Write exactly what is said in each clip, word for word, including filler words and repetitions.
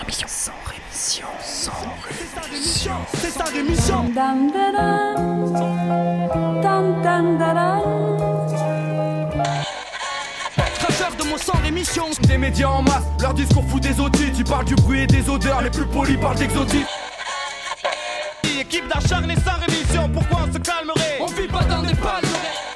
rémission. Sans rémission. Sans rémission. C'est sa rémission. Dam dadam, dam dam dadam. Cracheur de mon sang rémission. Des médias en masse, leur discours fout des audites. Tu parles du bruit et des odeurs, les plus polis parlent d'exotisme. Équipe d'acharnés sans rémission, pourquoi on se calmerait? On vit pas dans des palmes.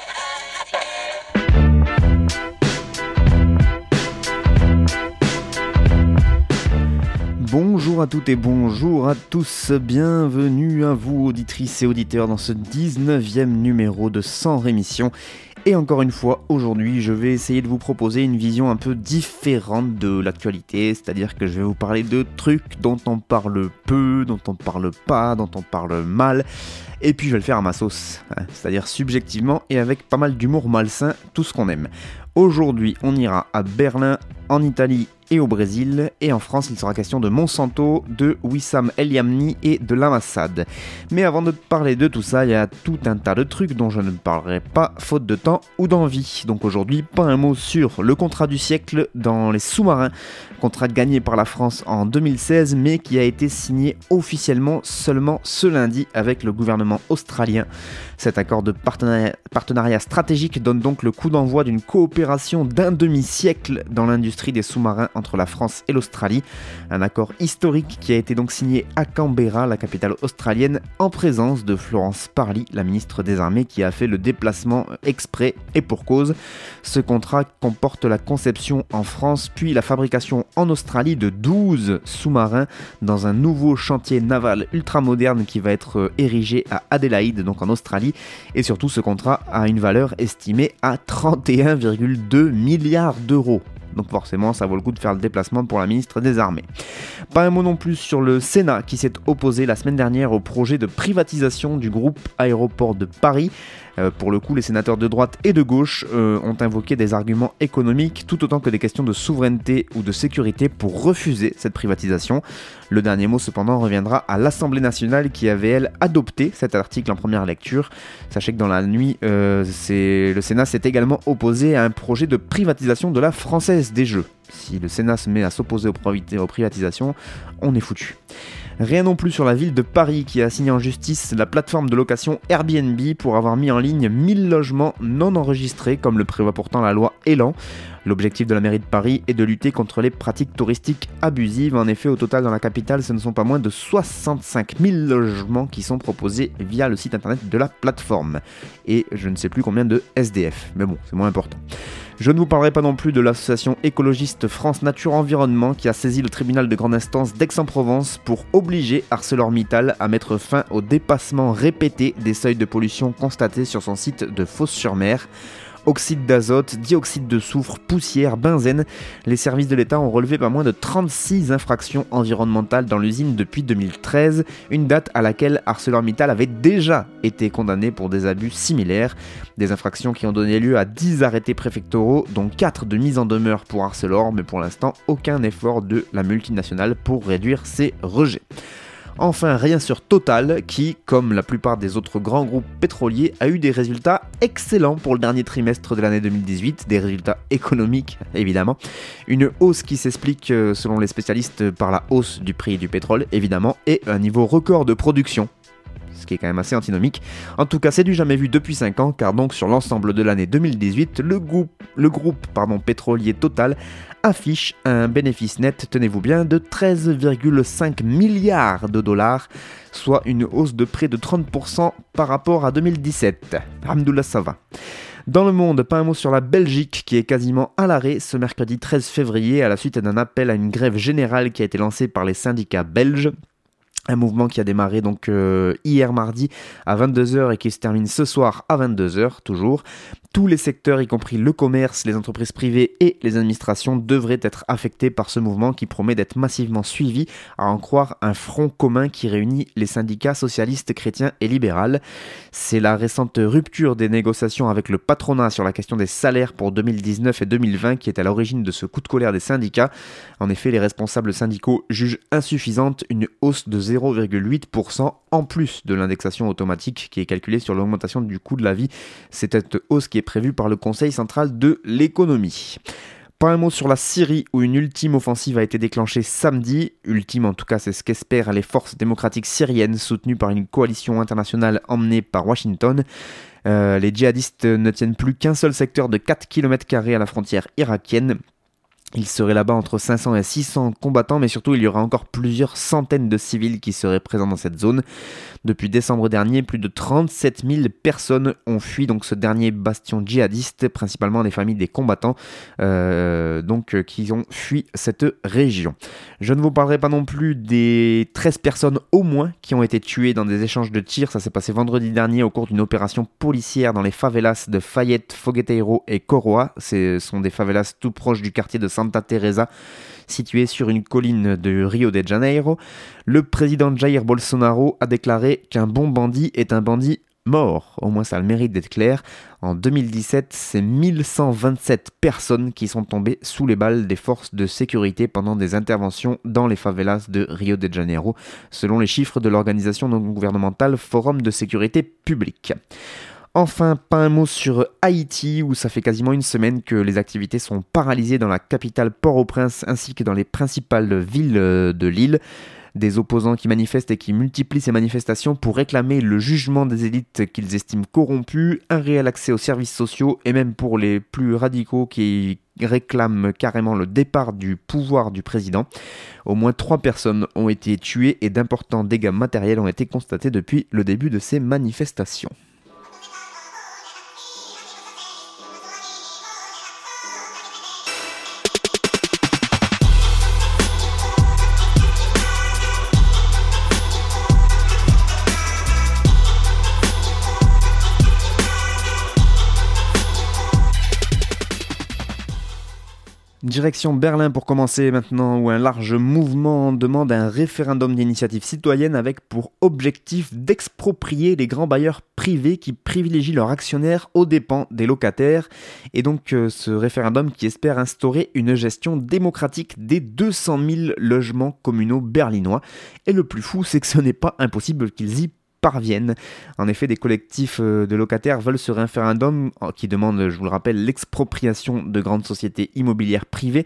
Bonjour à toutes et bonjour à tous, bienvenue à vous auditrices et auditeurs dans ce dix-neuvième numéro de Sans Rémission. Et encore une fois, aujourd'hui, je vais essayer de vous proposer une vision un peu différente de l'actualité, c'est-à-dire que je vais vous parler de trucs dont on parle peu, dont on parle pas, dont on parle mal, et puis je vais le faire à ma sauce, c'est-à-dire subjectivement et avec pas mal d'humour malsain, tout ce qu'on aime. Aujourd'hui, on ira à Berlin, en Italie et au Brésil, et en France, il sera question de Monsanto, de Wissam El Yamni et de l'Amassad. Mais avant de parler de tout ça, il y a tout un tas de trucs dont je ne parlerai pas, faute de temps ou d'envie. Donc aujourd'hui, pas un mot sur le contrat du siècle dans les sous-marins, contrat gagné par la France en deux mille seize, mais qui a été signé officiellement seulement ce lundi avec le gouvernement australien. Cet accord de partenariat, partenariat stratégique donne donc le coup d'envoi d'une coopération d'un demi-siècle dans l'industrie des sous-marins entre la France et l'Australie. Un accord historique qui a été donc signé à Canberra, la capitale australienne, en présence de Florence Parly, la ministre des Armées, qui a fait le déplacement exprès et pour cause. Ce contrat comporte la conception en France, puis la fabrication en Australie de douze sous-marins dans un nouveau chantier naval ultramoderne qui va être érigé à Adélaïde, donc en Australie. Et surtout, ce contrat a une valeur estimée à trente et un virgule deux milliards d'euros. Donc forcément, ça vaut le coup de faire le déplacement pour la ministre des Armées. Pas un mot non plus sur le Sénat qui s'est opposé la semaine dernière au projet de privatisation du groupe Aéroports de Paris. Euh, pour le coup, les sénateurs de droite et de gauche euh, ont invoqué des arguments économiques tout autant que des questions de souveraineté ou de sécurité pour refuser cette privatisation. Le dernier mot cependant reviendra à l'Assemblée nationale qui avait elle adopté cet article en première lecture. Sachez que dans la nuit, euh, c'est... le Sénat s'est également opposé à un projet de privatisation de la Française des Jeux. Si le Sénat se met à s'opposer aux privatisations, on est foutu. Rien non plus sur la ville de Paris qui a assigné en justice la plateforme de location Airbnb pour avoir mis en ligne mille logements non enregistrés comme le prévoit pourtant la loi Elan. L'objectif de la mairie de Paris est de lutter contre les pratiques touristiques abusives. En effet, au total dans la capitale, ce ne sont pas moins de soixante-cinq mille logements qui sont proposés via le site internet de la plateforme. Et je ne sais plus combien de S D F, mais bon, c'est moins important. Je ne vous parlerai pas non plus de l'association écologiste France Nature Environnement qui a saisi le tribunal de grande instance d'Aix-en-Provence pour obliger ArcelorMittal à mettre fin au dépassement répété des seuils de pollution constatés sur son site de Fos-sur-Mer. Oxyde d'azote, dioxyde de soufre, poussière, benzène, les services de l'État ont relevé pas moins de trente-six infractions environnementales dans l'usine depuis deux mille treize, une date à laquelle ArcelorMittal avait déjà été condamné pour des abus similaires. Des infractions qui ont donné lieu à dix arrêtés préfectoraux, dont quatre de mise en demeure pour Arcelor, mais pour l'instant aucun effort de la multinationale pour réduire ces rejets. Enfin, rien sur Total qui, comme la plupart des autres grands groupes pétroliers, a eu des résultats excellents pour le dernier trimestre de l'année deux mille dix-huit, des résultats économiques évidemment. Une hausse qui s'explique selon les spécialistes par la hausse du prix du pétrole évidemment et un niveau record de production. Ce qui est quand même assez antinomique. En tout cas, c'est du jamais vu depuis cinq ans, car donc sur l'ensemble de l'année deux mille dix-huit, le groupe, le groupe pardon, pétrolier Total affiche un bénéfice net, tenez-vous bien, de treize virgule cinq milliards de dollars, soit une hausse de près de trente pour cent par rapport à deux mille dix-sept. Alhamdoulilah, ça va. Dans le monde, pas un mot sur la Belgique qui est quasiment à l'arrêt ce mercredi treize février à la suite d'un appel à une grève générale qui a été lancé par les syndicats belges. Un mouvement qui a démarré donc euh, hier mardi à vingt-deux heures et qui se termine ce soir à vingt-deux heures toujours. Tous les secteurs, y compris le commerce, les entreprises privées et les administrations, devraient être affectés par ce mouvement qui promet d'être massivement suivi, à en croire un front commun qui réunit les syndicats socialistes, chrétiens et libéraux. C'est la récente rupture des négociations avec le patronat sur la question des salaires pour deux mille dix-neuf et deux mille vingt qui est à l'origine de ce coup de colère des syndicats. En effet, les responsables syndicaux jugent insuffisante une hausse de zéro virgule huit pour cent en plus de l'indexation automatique qui est calculée sur l'augmentation du coût de la vie. C'est cette hausse qui est prévue par le Conseil central de l'économie. Pas un mot sur la Syrie où une ultime offensive a été déclenchée samedi. Ultime en tout cas, c'est ce qu'espèrent les forces démocratiques syriennes soutenues par une coalition internationale emmenée par Washington. Euh, les djihadistes ne tiennent plus qu'un seul secteur de quatre kilomètres carrés à la frontière irakienne. Il serait là-bas entre cinq cents et six cents combattants, mais surtout il y aura encore plusieurs centaines de civils qui seraient présents dans cette zone. Depuis décembre dernier, plus de trente-sept mille personnes ont fui donc ce dernier bastion djihadiste, principalement des familles des combattants euh, donc, euh, qui ont fui cette région. Je ne vous parlerai pas non plus des treize personnes au moins qui ont été tuées dans des échanges de tirs. Ça s'est passé vendredi dernier au cours d'une opération policière dans les favelas de Fayette, Fogueteiro et Coroa. Ce sont des favelas tout proches du quartier de Santa Teresa, situé sur une colline de Rio de Janeiro. Le président Jair Bolsonaro a déclaré qu'un bon bandit est un bandit mort. Au moins ça a le mérite d'être clair. En deux mille dix-sept, c'est mille cent vingt-sept personnes qui sont tombées sous les balles des forces de sécurité pendant des interventions dans les favelas de Rio de Janeiro, selon les chiffres de l'organisation non gouvernementale Forum de sécurité publique. Enfin, pas un mot sur Haïti, où ça fait quasiment une semaine que les activités sont paralysées dans la capitale Port-au-Prince ainsi que dans les principales villes de l'île. Des opposants qui manifestent et qui multiplient ces manifestations pour réclamer le jugement des élites qu'ils estiment corrompues, un réel accès aux services sociaux et même pour les plus radicaux qui réclament carrément le départ du pouvoir du président. Au moins trois personnes ont été tuées et d'importants dégâts matériels ont été constatés depuis le début de ces manifestations. Direction Berlin pour commencer maintenant, où un large mouvement demande un référendum d'initiative citoyenne avec pour objectif d'exproprier les grands bailleurs privés qui privilégient leurs actionnaires aux dépens des locataires. Et donc euh, ce référendum qui espère instaurer une gestion démocratique des deux cent mille logements communaux berlinois. Et le plus fou, c'est que ce n'est pas impossible qu'ils y parviennent. En effet, des collectifs de locataires veulent ce référendum qui demande, je vous le rappelle, l'expropriation de grandes sociétés immobilières privées.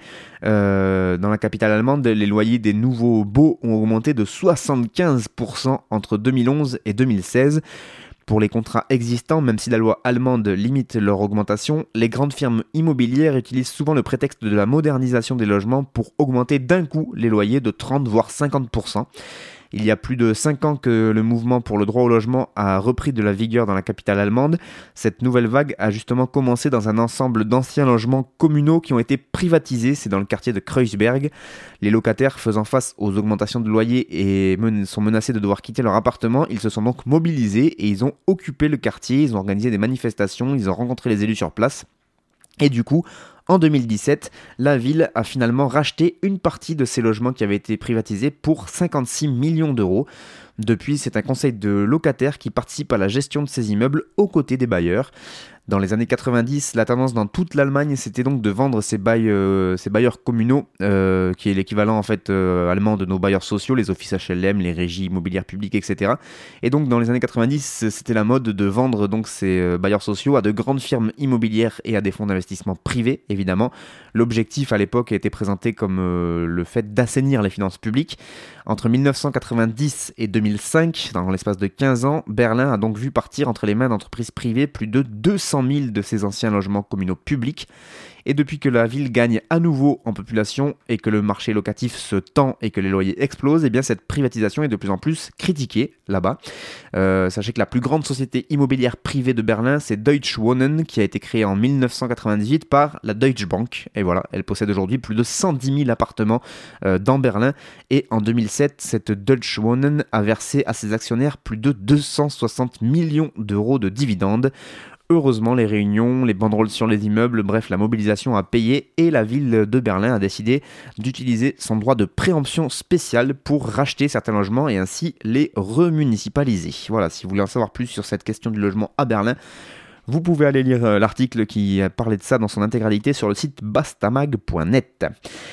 Euh, dans la capitale allemande, les loyers des nouveaux baux ont augmenté de soixante-quinze pour cent entre deux mille onze et deux mille seize. Pour les contrats existants, même si la loi allemande limite leur augmentation, les grandes firmes immobilières utilisent souvent le prétexte de la modernisation des logements pour augmenter d'un coup les loyers de trente voire cinquante pour cent. Il y a plus de cinq ans que le mouvement pour le droit au logement a repris de la vigueur dans la capitale allemande. Cette nouvelle vague a justement commencé dans un ensemble d'anciens logements communaux qui ont été privatisés, c'est dans le quartier de Kreuzberg. Les locataires faisant face aux augmentations de loyers et men- sont menacés de devoir quitter leur appartement, ils se sont donc mobilisés et ils ont occupé le quartier, ils ont organisé des manifestations, ils ont rencontré les élus sur place. Et du coup, en deux mille dix-sept, la ville a finalement racheté une partie de ces logements qui avaient été privatisés pour cinquante-six millions d'euros. Depuis, c'est un conseil de locataires qui participe à la gestion de ces immeubles aux côtés des bailleurs. Dans les années quatre-vingt-dix, la tendance dans toute l'Allemagne, c'était donc de vendre ces, bails, euh, ces bailleurs communaux, euh, qui est l'équivalent en fait euh, allemand de nos bailleurs sociaux, les offices H L M, les régies immobilières publiques, et cetera. Et donc dans les années quatre-vingt-dix, c'était la mode de vendre donc ces euh, bailleurs sociaux à de grandes firmes immobilières et à des fonds d'investissement privés, évidemment. L'objectif à l'époque a été présenté comme euh, le fait d'assainir les finances publiques. Entre mille neuf cent quatre-vingt-dix et deux mille cinq, dans l'espace de quinze ans, Berlin a donc vu partir entre les mains d'entreprises privées plus de deux cent mille de ces anciens logements communaux publics. Et depuis que la ville gagne à nouveau en population et que le marché locatif se tend et que les loyers explosent, eh bien cette privatisation est de plus en plus critiquée là-bas. Euh, sachez que la plus grande société immobilière privée de Berlin, c'est Deutsche Wohnen, qui a été créée en mille neuf cent quatre-vingt-dix-huit par la Deutsche Bank. Et voilà, elle possède aujourd'hui plus de cent dix mille appartements euh, dans Berlin. Et en deux mille sept, cette Deutsche Wohnen a versé à ses actionnaires plus de deux cent soixante millions d'euros de dividendes. Heureusement, les réunions, les banderoles sur les immeubles, bref, la mobilisation a payé et la ville de Berlin a décidé d'utiliser son droit de préemption spécial pour racheter certains logements et ainsi les remunicipaliser. Voilà, si vous voulez en savoir plus sur cette question du logement à Berlin, vous pouvez aller lire l'article qui parlait de ça dans son intégralité sur le site bastamag point net.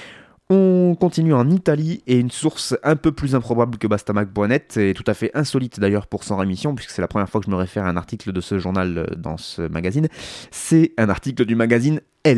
On continue en Italie et une source un peu plus improbable que bastamag point net et tout à fait insolite d'ailleurs pour son rémission puisque c'est la première fois que je me réfère à un article de ce journal dans ce magazine. C'est un article du magazine Elle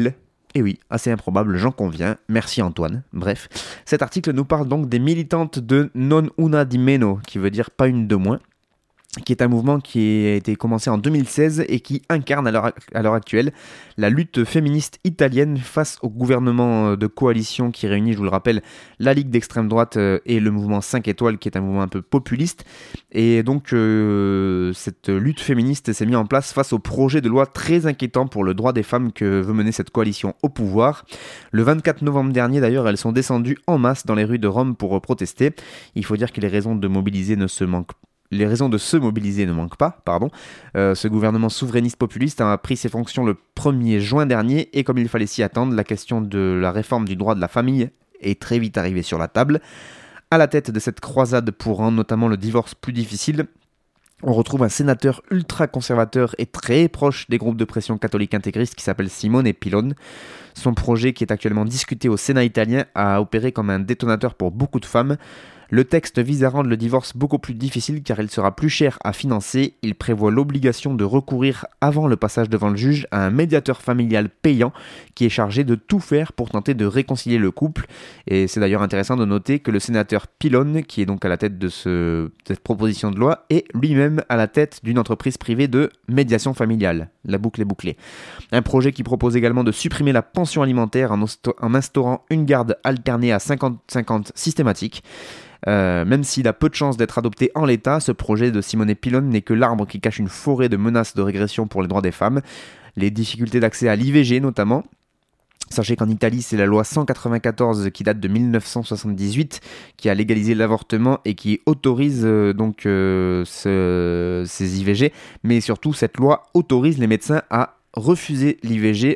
Et oui, assez improbable, j'en conviens. Merci Antoine. Bref, cet article nous parle donc des militantes de Non Una di Meno, qui veut dire pas une de moins, qui est un mouvement qui a été commencé en deux mille seize et qui incarne à l'heure, à l'heure actuelle la lutte féministe italienne face au gouvernement de coalition qui réunit, je vous le rappelle, la Ligue d'extrême droite et le mouvement cinq étoiles, qui est un mouvement un peu populiste. Et donc euh, cette lutte féministe s'est mise en place face au projet de loi très inquiétant pour le droit des femmes que veut mener cette coalition au pouvoir. Le vingt-quatre novembre dernier d'ailleurs, elles sont descendues en masse dans les rues de Rome pour protester. Il faut dire que les raisons de mobiliser ne se manquent pas. Les raisons de se mobiliser ne manquent pas, pardon. Euh, ce gouvernement souverainiste populiste a pris ses fonctions le premier juin dernier et comme il fallait s'y attendre, la question de la réforme du droit de la famille est très vite arrivée sur la table. À la tête de cette croisade pour rendre notamment le divorce plus difficile, on retrouve un sénateur ultra-conservateur et très proche des groupes de pression catholiques intégristes qui s'appelle Simone Pillon. Son projet, qui est actuellement discuté au Sénat italien, a opéré comme un détonateur pour beaucoup de femmes. Le texte vise à rendre le divorce beaucoup plus difficile car il sera plus cher à financer. Il prévoit l'obligation de recourir avant le passage devant le juge à un médiateur familial payant qui est chargé de tout faire pour tenter de réconcilier le couple. Et c'est d'ailleurs intéressant de noter que le sénateur Pillon, qui est donc à la tête de ce, cette proposition de loi, est lui-même à la tête d'une entreprise privée de médiation familiale. La boucle est bouclée. Un projet qui propose également de supprimer la pension alimentaire en, osto- en instaurant une garde alternée à cinquante cinquante systématique. Euh, même s'il a peu de chances d'être adopté en l'état, ce projet de Simone Pillon n'est que l'arbre qui cache une forêt de menaces de régression pour les droits des femmes. Les difficultés d'accès à l'I V G notamment. Sachez qu'en Italie, c'est la loi cent quatre-vingt-quatorze qui date de dix-neuf cent soixante-dix-huit qui a légalisé l'avortement et qui autorise euh, donc euh, ce, ces I V G. Mais surtout, cette loi autorise les médecins à refuser l'I V G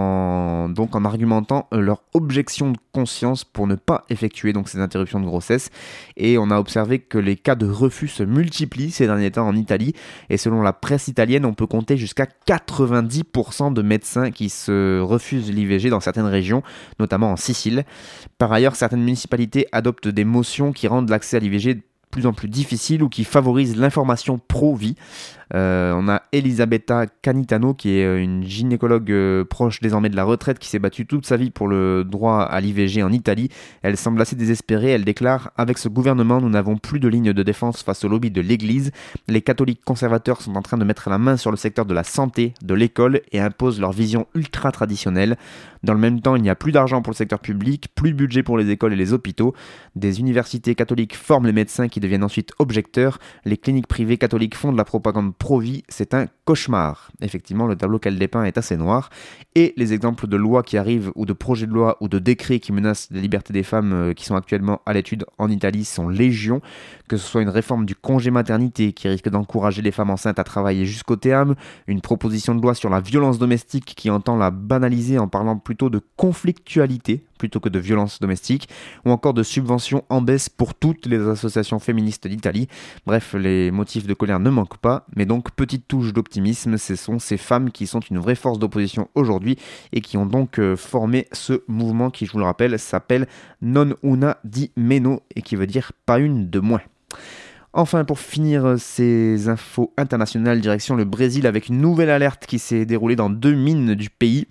en, donc en argumentant leur objection de conscience pour ne pas effectuer donc ces interruptions de grossesse. Et on a observé que les cas de refus se multiplient ces derniers temps en Italie. Et selon la presse italienne, on peut compter jusqu'à quatre-vingt-dix pour cent de médecins qui se refusent l'I V G dans certaines régions, notamment en Sicile. Par ailleurs, certaines municipalités adoptent des motions qui rendent l'accès à l'I V G de plus en plus difficile ou qui favorisent l'information pro-vie. Euh, on a Elisabetta Canitano, qui est une gynécologue euh, proche désormais de la retraite, qui s'est battue toute sa vie pour le droit à l'I V G en Italie. Elle semble assez désespérée. Elle déclare « Avec ce gouvernement, nous n'avons plus de ligne de défense face au lobby de l'Église. Les catholiques conservateurs sont en train de mettre la main sur le secteur de la santé, de l'école et imposent leur vision ultra-traditionnelle. Dans le même temps, il n'y a plus d'argent pour le secteur public, plus de budget pour les écoles et les hôpitaux. Des universités catholiques forment les médecins qui deviennent ensuite objecteurs. Les cliniques privées catholiques font de la propagande pro-vie, c'est un cauchemar. » Effectivement, le tableau qu'elle dépeint est assez noir. Et les exemples de lois qui arrivent, ou de projets de loi, ou de décrets qui menacent les libertés des femmes euh, qui sont actuellement à l'étude en Italie sont légion. Que ce soit une réforme du congé maternité qui risque d'encourager les femmes enceintes à travailler jusqu'au terme, une proposition de loi sur la violence domestique qui entend la banaliser en parlant plutôt de conflictualité plutôt que de violence domestique, ou encore de subventions en baisse pour toutes les associations féministes d'Italie. Bref, les motifs de colère ne manquent pas, mais donc petite touche d'optimisme, ce sont ces femmes qui sont une vraie force d'opposition aujourd'hui et qui ont donc euh, formé ce mouvement qui, je vous le rappelle, s'appelle Non Una di Meno et qui veut dire pas une de moins. Enfin, pour finir ces infos internationales, direction le Brésil avec une nouvelle alerte qui s'est déroulée dans deux mines du pays.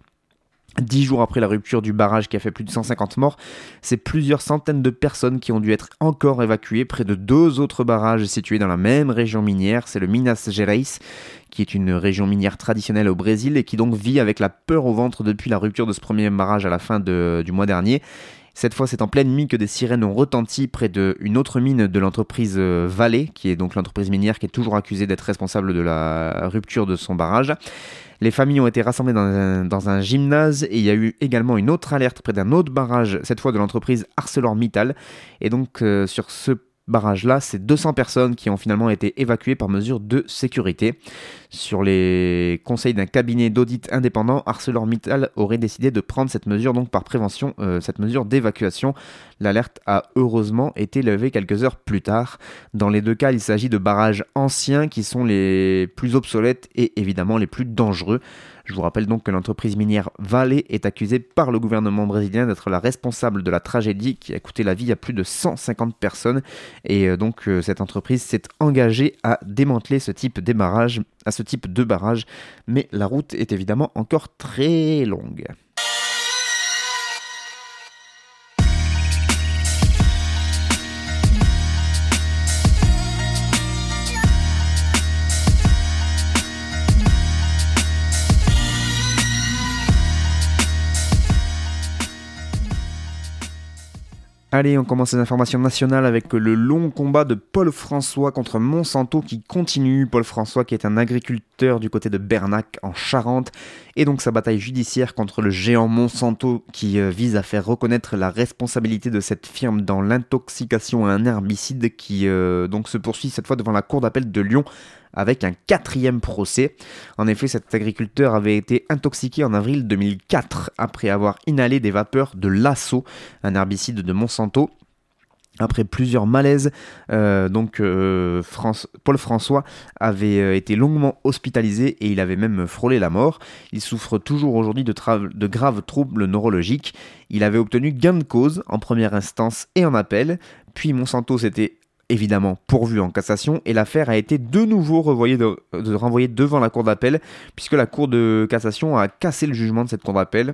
Dix jours après la rupture du barrage qui a fait plus de cent cinquante morts, c'est plusieurs centaines de personnes qui ont dû être encore évacuées près de deux autres barrages situés dans la même région minière. C'est le Minas Gerais, qui est une région minière traditionnelle au Brésil et qui donc vit avec la peur au ventre depuis la rupture de ce premier barrage à la fin de, du mois dernier. Cette fois, c'est en pleine nuit que des sirènes ont retenti près d'une autre mine de l'entreprise Vale, qui est donc l'entreprise minière qui est toujours accusée d'être responsable de la rupture de son barrage. Les familles ont été rassemblées dans un, dans un gymnase et il y a eu également une autre alerte près d'un autre barrage, cette fois de l'entreprise ArcelorMittal. Et donc euh, sur ce barrage-là, c'est deux cents personnes qui ont finalement été évacuées par mesure de sécurité. Sur les conseils d'un cabinet d'audit indépendant, ArcelorMittal aurait décidé de prendre cette mesure donc par prévention, euh, cette mesure d'évacuation. L'alerte a heureusement été levée quelques heures plus tard. Dans les deux cas, il s'agit de barrages anciens qui sont les plus obsolètes et évidemment les plus dangereux. Je vous rappelle donc que l'entreprise minière Vale est accusée par le gouvernement brésilien d'être la responsable de la tragédie qui a coûté la vie à plus de cent cinquante personnes. Et donc cette entreprise s'est engagée à démanteler ce type de barrage, à ce type de barrage, mais la route est évidemment encore très longue. Allez, on commence les informations nationales avec le long combat de Paul François contre Monsanto qui continue. Paul François qui est un agriculteur du côté de Bernac en Charente et donc sa bataille judiciaire contre le géant Monsanto qui euh, vise à faire reconnaître la responsabilité de cette firme dans l'intoxication à un herbicide qui euh, donc se poursuit cette fois devant la cour d'appel de Lyon avec un quatrième procès. En effet, cet agriculteur avait été intoxiqué en avril deux mille quatre après avoir inhalé des vapeurs de Lasso, un herbicide de Monsanto. Après plusieurs malaises, euh, donc euh, France, Paul François avait euh, été longuement hospitalisé et il avait même frôlé la mort. Il souffre toujours aujourd'hui de, tra- de graves troubles neurologiques. Il avait obtenu gain de cause en première instance et en appel, puis Monsanto s'était évidemment pourvu en cassation et l'affaire a été de nouveau revoyée de, de renvoyée devant la cour d'appel puisque la cour de cassation a cassé le jugement de cette cour d'appel.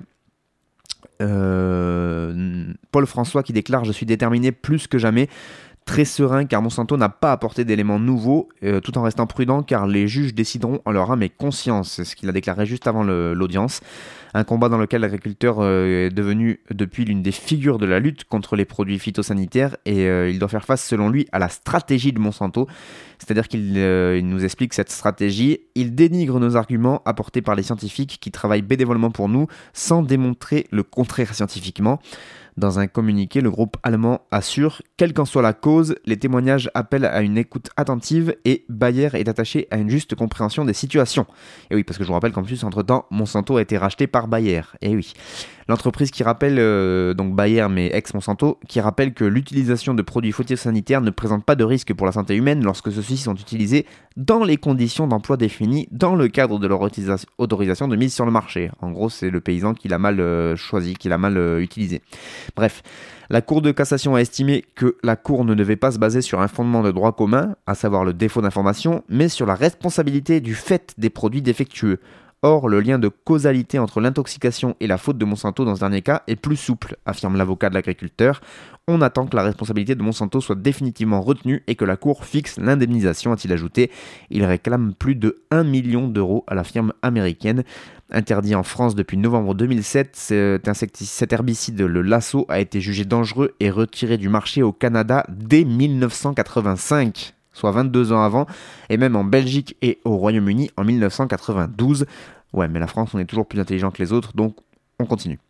Euh, Paul François qui déclare « Je suis déterminé plus que jamais ». Très serein car Monsanto n'a pas apporté d'éléments nouveaux, euh, tout en restant prudent car les juges décideront en leur âme et conscience, c'est ce qu'il a déclaré juste avant le, l'audience. Un combat dans lequel l'agriculteur euh, est devenu depuis l'une des figures de la lutte contre les produits phytosanitaires et euh, il doit faire face selon lui à la stratégie de Monsanto, c'est-à-dire qu'il euh, il nous explique cette stratégie, il dénigre nos arguments apportés par les scientifiques qui travaillent bénévolement pour nous sans démontrer le contraire scientifiquement. Dans un communiqué, le groupe allemand assure « Quelle qu'en soit la cause, les témoignages appellent à une écoute attentive et Bayer est attaché à une juste compréhension des situations. » Et oui, parce que je vous rappelle qu'en plus, entre-temps, Monsanto a été racheté par Bayer. Et oui. L'entreprise qui rappelle, euh, donc Bayer mais ex-Monsanto, qui rappelle que l'utilisation de produits phytosanitaires ne présente pas de risque pour la santé humaine lorsque ceux-ci sont utilisés dans les conditions d'emploi définies dans le cadre de leur autorisation de mise sur le marché. En gros, c'est le paysan qui l'a mal euh, choisi, qui l'a mal euh, utilisé. Bref, la Cour de cassation a estimé que la Cour ne devait pas se baser sur un fondement de droit commun, à savoir le défaut d'information, mais sur la responsabilité du fait des produits défectueux. Or, le lien de causalité entre l'intoxication et la faute de Monsanto dans ce dernier cas est plus souple, affirme l'avocat de l'agriculteur. On attend que la responsabilité de Monsanto soit définitivement retenue et que la Cour fixe l'indemnisation, a-t-il ajouté. Il réclame plus de un million d'euros à la firme américaine. Interdit en France depuis novembre deux mille sept, cet, insecticide, cet herbicide, le Lasso, a été jugé dangereux et retiré du marché au Canada dès mille neuf cent quatre-vingt-cinq. Soit vingt-deux ans avant, et même en Belgique et au Royaume-Uni en mille neuf cent quatre-vingt-douze. Ouais, mais la France, on est toujours plus intelligent que les autres, donc on continue.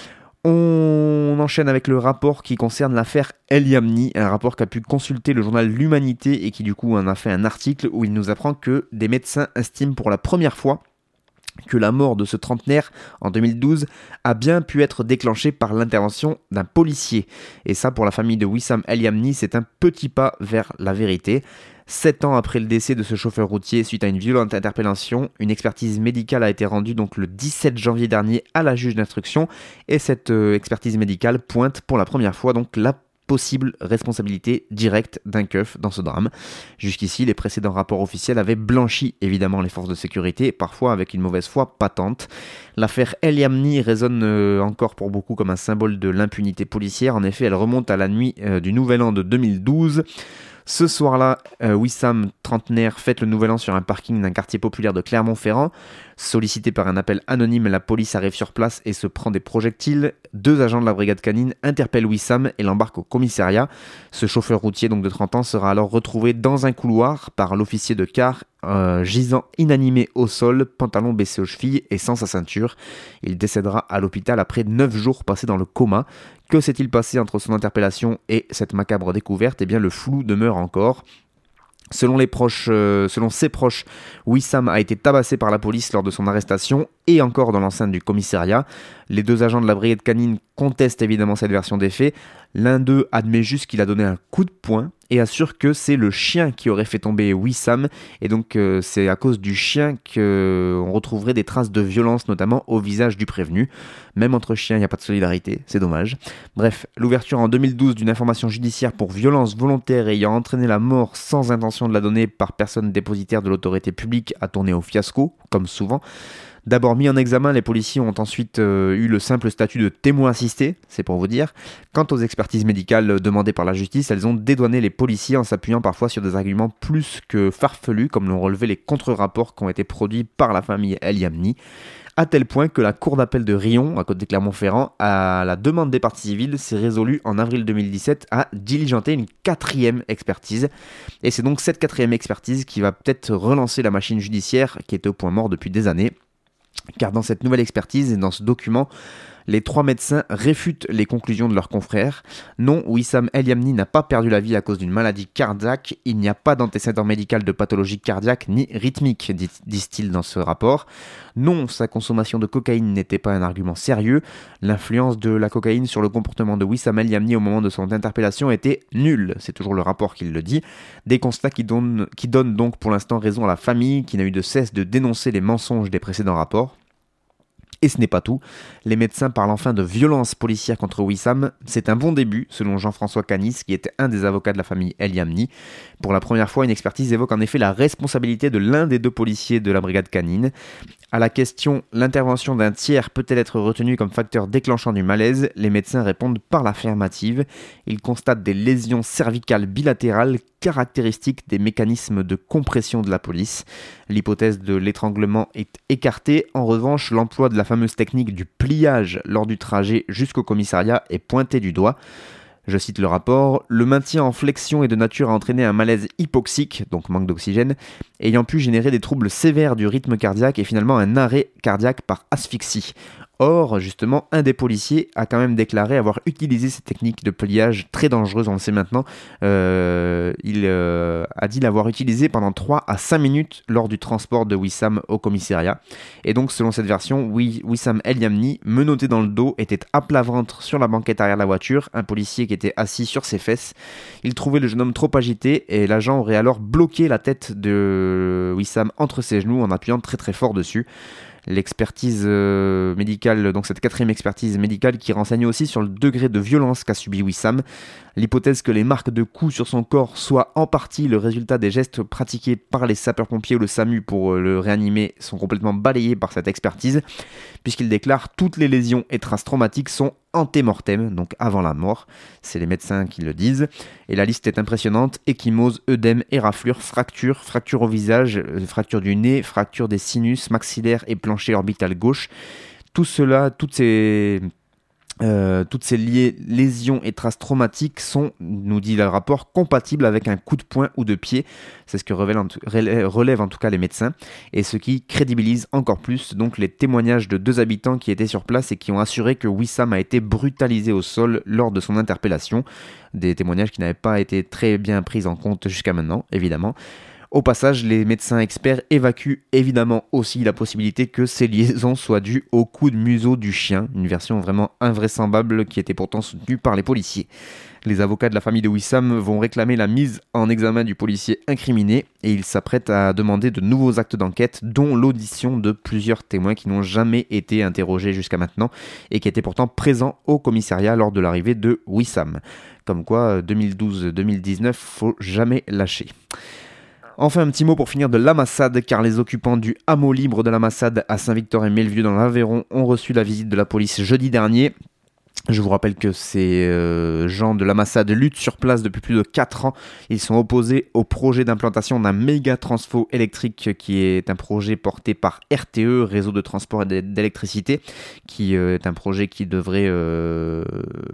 On enchaîne avec le rapport qui concerne l'affaire El Yamni, un rapport qu'a pu consulter le journal L'Humanité et qui du coup en a fait un article où il nous apprend que des médecins estiment pour la première fois que la mort de ce trentenaire en deux mille douze a bien pu être déclenchée par l'intervention d'un policier. Et ça, pour la famille de Wissam El Yamni, c'est un petit pas vers la vérité. Sept ans après le décès de ce chauffeur routier suite à une violente interpellation, une expertise médicale a été rendue donc le dix-sept janvier dernier à la juge d'instruction et cette euh, expertise médicale pointe pour la première fois donc la possible responsabilité directe d'un keuf dans ce drame. Jusqu'ici, les précédents rapports officiels avaient blanchi évidemment les forces de sécurité, parfois avec une mauvaise foi patente. L'affaire El Yamni résonne euh, encore pour beaucoup comme un symbole de l'impunité policière. En effet, elle remonte à la nuit euh, du Nouvel An de deux mille douze. Ce soir-là, euh, Wissam, trentenaire, fête le nouvel an sur un parking d'un quartier populaire de Clermont-Ferrand. Sollicité par un appel anonyme, la police arrive sur place et se prend des projectiles. Deux agents de la brigade canine interpellent Wissam et l'embarquent au commissariat. Ce chauffeur routier donc de trente ans sera alors retrouvé dans un couloir par l'officier de car, euh, gisant inanimé au sol, pantalon baissé aux chevilles et sans sa ceinture. Il décédera à l'hôpital après neuf jours passés dans le coma. Que s'est-il passé entre son interpellation et cette macabre découverte ? Eh bien, le flou demeure encore. Selon, les proches, euh, selon ses proches, Wissam a été tabassé par la police lors de son arrestation et encore dans l'enceinte du commissariat. Les deux agents de la brigade canine contestent évidemment cette version des faits. L'un d'eux admet juste qu'il a donné un coup de poing et assure que c'est le chien qui aurait fait tomber Wissam. Et donc euh, c'est à cause du chien qu'on retrouverait des traces de violence, notamment au visage du prévenu. Même entre chiens, il n'y a pas de solidarité, c'est dommage. Bref, l'ouverture en deux mille douze d'une information judiciaire pour violence volontaire ayant entraîné la mort sans intention de la donner par personne dépositaire de l'autorité publique a tourné au fiasco, comme souvent. D'abord mis en examen, les policiers ont ensuite euh, eu le simple statut de témoin assisté, c'est pour vous dire. Quant aux expertises médicales demandées par la justice, elles ont dédouané les policiers en s'appuyant parfois sur des arguments plus que farfelus, comme l'ont relevé les contre-rapports qui ont été produits par la famille El Yamni, à tel point que la cour d'appel de Riom, à côté de Clermont-Ferrand, à la demande des parties civiles, s'est résolue en avril deux mille dix-sept à diligenter une quatrième expertise. Et c'est donc cette quatrième expertise qui va peut-être relancer la machine judiciaire qui était au point mort depuis des années. Car dans cette nouvelle expertise et dans ce document, les trois médecins réfutent les conclusions de leurs confrères. Non, Wissam El Yamni n'a pas perdu la vie à cause d'une maladie cardiaque. Il n'y a pas d'antécédent médical de pathologie cardiaque ni rythmique, disent-ils dans ce rapport. Non, sa consommation de cocaïne n'était pas un argument sérieux. L'influence de la cocaïne sur le comportement de Wissam El Yamni au moment de son interpellation était nulle. C'est toujours le rapport qui le dit. Des constats qui donnent, qui donnent donc pour l'instant raison à la famille, qui n'a eu de cesse de dénoncer les mensonges des précédents rapports. Et ce n'est pas tout. Les médecins parlent enfin de violence policière contre Wissam. C'est un bon début, selon Jean-François Canis, qui était un des avocats de la famille El Yamni. Pour la première fois, une expertise évoque en effet la responsabilité de l'un des deux policiers de la brigade canine. À la question « L'intervention d'un tiers peut-elle être retenue comme facteur déclenchant du malaise ?», les médecins répondent par l'affirmative. Ils constatent des lésions cervicales bilatérales caractéristiques des mécanismes de compression de la police. L'hypothèse de l'étranglement est écartée. En revanche, l'emploi de la fameuse technique du pliage lors du trajet jusqu'au commissariat est pointé du doigt. Je cite le rapport, « Le maintien en flexion est de nature à entraîner un malaise hypoxique, donc manque d'oxygène, ayant pu générer des troubles sévères du rythme cardiaque et finalement un arrêt cardiaque par asphyxie. » Or, justement, un des policiers a quand même déclaré avoir utilisé cette technique de pliage très dangereuse, on le sait maintenant. Euh, il euh, a dit l'avoir utilisée pendant trois à cinq minutes lors du transport de Wissam au commissariat. Et donc, selon cette version, Wissam El Yamni, menotté dans le dos, était à plat ventre sur la banquette arrière de la voiture, un policier qui était assis sur ses fesses. Il trouvait le jeune homme trop agité et l'agent aurait alors bloqué la tête de Wissam entre ses genoux en appuyant très très fort dessus. L'expertise euh, médicale, donc cette quatrième expertise médicale qui renseigne aussi sur le degré de violence qu'a subi Wissam. L'hypothèse que les marques de coups sur son corps soient en partie le résultat des gestes pratiqués par les sapeurs-pompiers ou le SAMU pour euh, le réanimer sont complètement balayées par cette expertise, puisqu'il déclare « Toutes les lésions et traces traumatiques sont antémortem, donc avant la mort ». C'est les médecins qui le disent. Et la liste est impressionnante. Ecchymose, œdème, éraflure, fracture, fracture au visage, euh, fracture du nez, fracture des sinus maxillaires et plancher orbital gauche. Tout cela, toutes ces... Euh, toutes ces liées, lésions et traces traumatiques sont, nous dit le rapport, compatibles avec un coup de poing ou de pied. C'est ce que relèvent en, tout, relèvent en tout cas les médecins, et ce qui crédibilise encore plus donc les témoignages de deux habitants qui étaient sur place et qui ont assuré que Wissam a été brutalisé au sol lors de son interpellation. Des témoignages qui n'avaient pas été très bien pris en compte jusqu'à maintenant, évidemment. Au passage, les médecins experts évacuent évidemment aussi la possibilité que ces liaisons soient dues au coup de museau du chien, une version vraiment invraisemblable qui était pourtant soutenue par les policiers. Les avocats de la famille de Wissam vont réclamer la mise en examen du policier incriminé et ils s'apprêtent à demander de nouveaux actes d'enquête, dont l'audition de plusieurs témoins qui n'ont jamais été interrogés jusqu'à maintenant et qui étaient pourtant présents au commissariat lors de l'arrivée de Wissam. Comme quoi, deux mille douze deux mille dix-neuf, faut jamais lâcher. Enfin, un petit mot pour finir de l'Amassade, car les occupants du hameau libre de l'Amassade à Saint-Victor et Melvieux dans l'Aveyron ont reçu la visite de la police jeudi dernier. Je vous rappelle que ces euh, gens de l'Amassade luttent sur place depuis plus de quatre ans. Ils sont opposés au projet d'implantation d'un méga transfo électrique qui est un projet porté par R T E, Réseau de transport d'électricité, qui euh, est un projet qui devrait euh,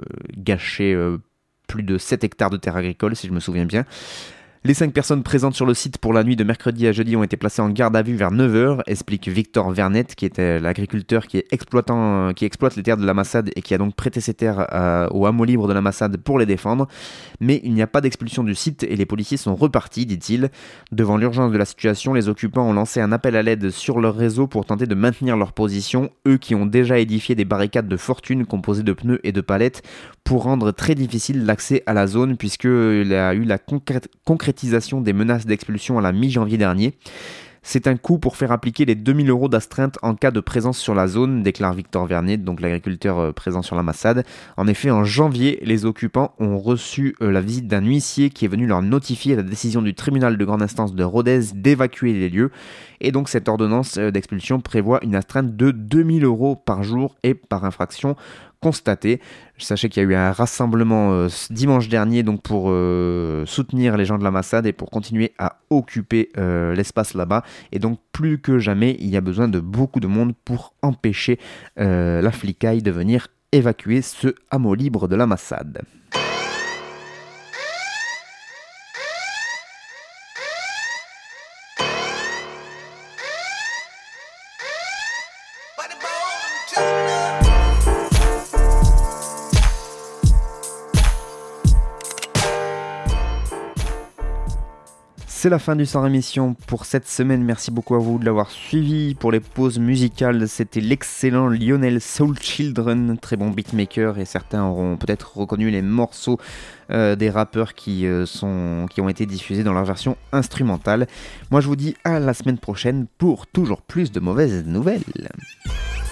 gâcher euh, plus de sept hectares de terres agricoles, si je me souviens bien. Les cinq personnes présentes sur le site pour la nuit de mercredi à jeudi ont été placées en garde à vue vers neuf heures, explique Victor Vernet, qui était l'agriculteur qui, est exploitant, qui exploite les terres de l'Amassade et qui a donc prêté ses terres euh, au hameau libre de l'Amassade pour les défendre. Mais il n'y a pas d'expulsion du site et les policiers sont repartis, dit-il. Devant l'urgence de la situation, les occupants ont lancé un appel à l'aide sur leur réseau pour tenter de maintenir leur position, eux qui ont déjà édifié des barricades de fortune composées de pneus et de palettes pour rendre très difficile l'accès à la zone, puisqu'il y a eu la concré- concrétisation des menaces d'expulsion à la mi-janvier dernier. C'est un coup pour faire appliquer les deux mille euros d'astreinte en cas de présence sur la zone, déclare Victor Vernier, donc l'agriculteur présent sur la Massade. En effet, en janvier, les occupants ont reçu la visite d'un huissier qui est venu leur notifier la décision du tribunal de grande instance de Rodez d'évacuer les lieux. Et donc cette ordonnance d'expulsion prévoit une astreinte de deux mille euros par jour et par infraction constatée. Sachez qu'il y a eu un rassemblement euh, dimanche dernier donc pour euh, soutenir les gens de la Massade et pour continuer à occuper euh, l'espace là-bas. Et donc plus que jamais, il y a besoin de beaucoup de monde pour empêcher euh, la flicaille de venir évacuer ce hameau libre de la Massade. C'est la fin du Sans Rémission pour cette semaine. Merci beaucoup à vous de l'avoir suivi. Pour les pauses musicales, c'était l'excellent Lionel Soul Children, très bon beatmaker, et certains auront peut-être reconnu les morceaux euh, des rappeurs qui, euh, sont, qui ont été diffusés dans leur version instrumentale. Moi je vous dis à la semaine prochaine pour toujours plus de mauvaises nouvelles.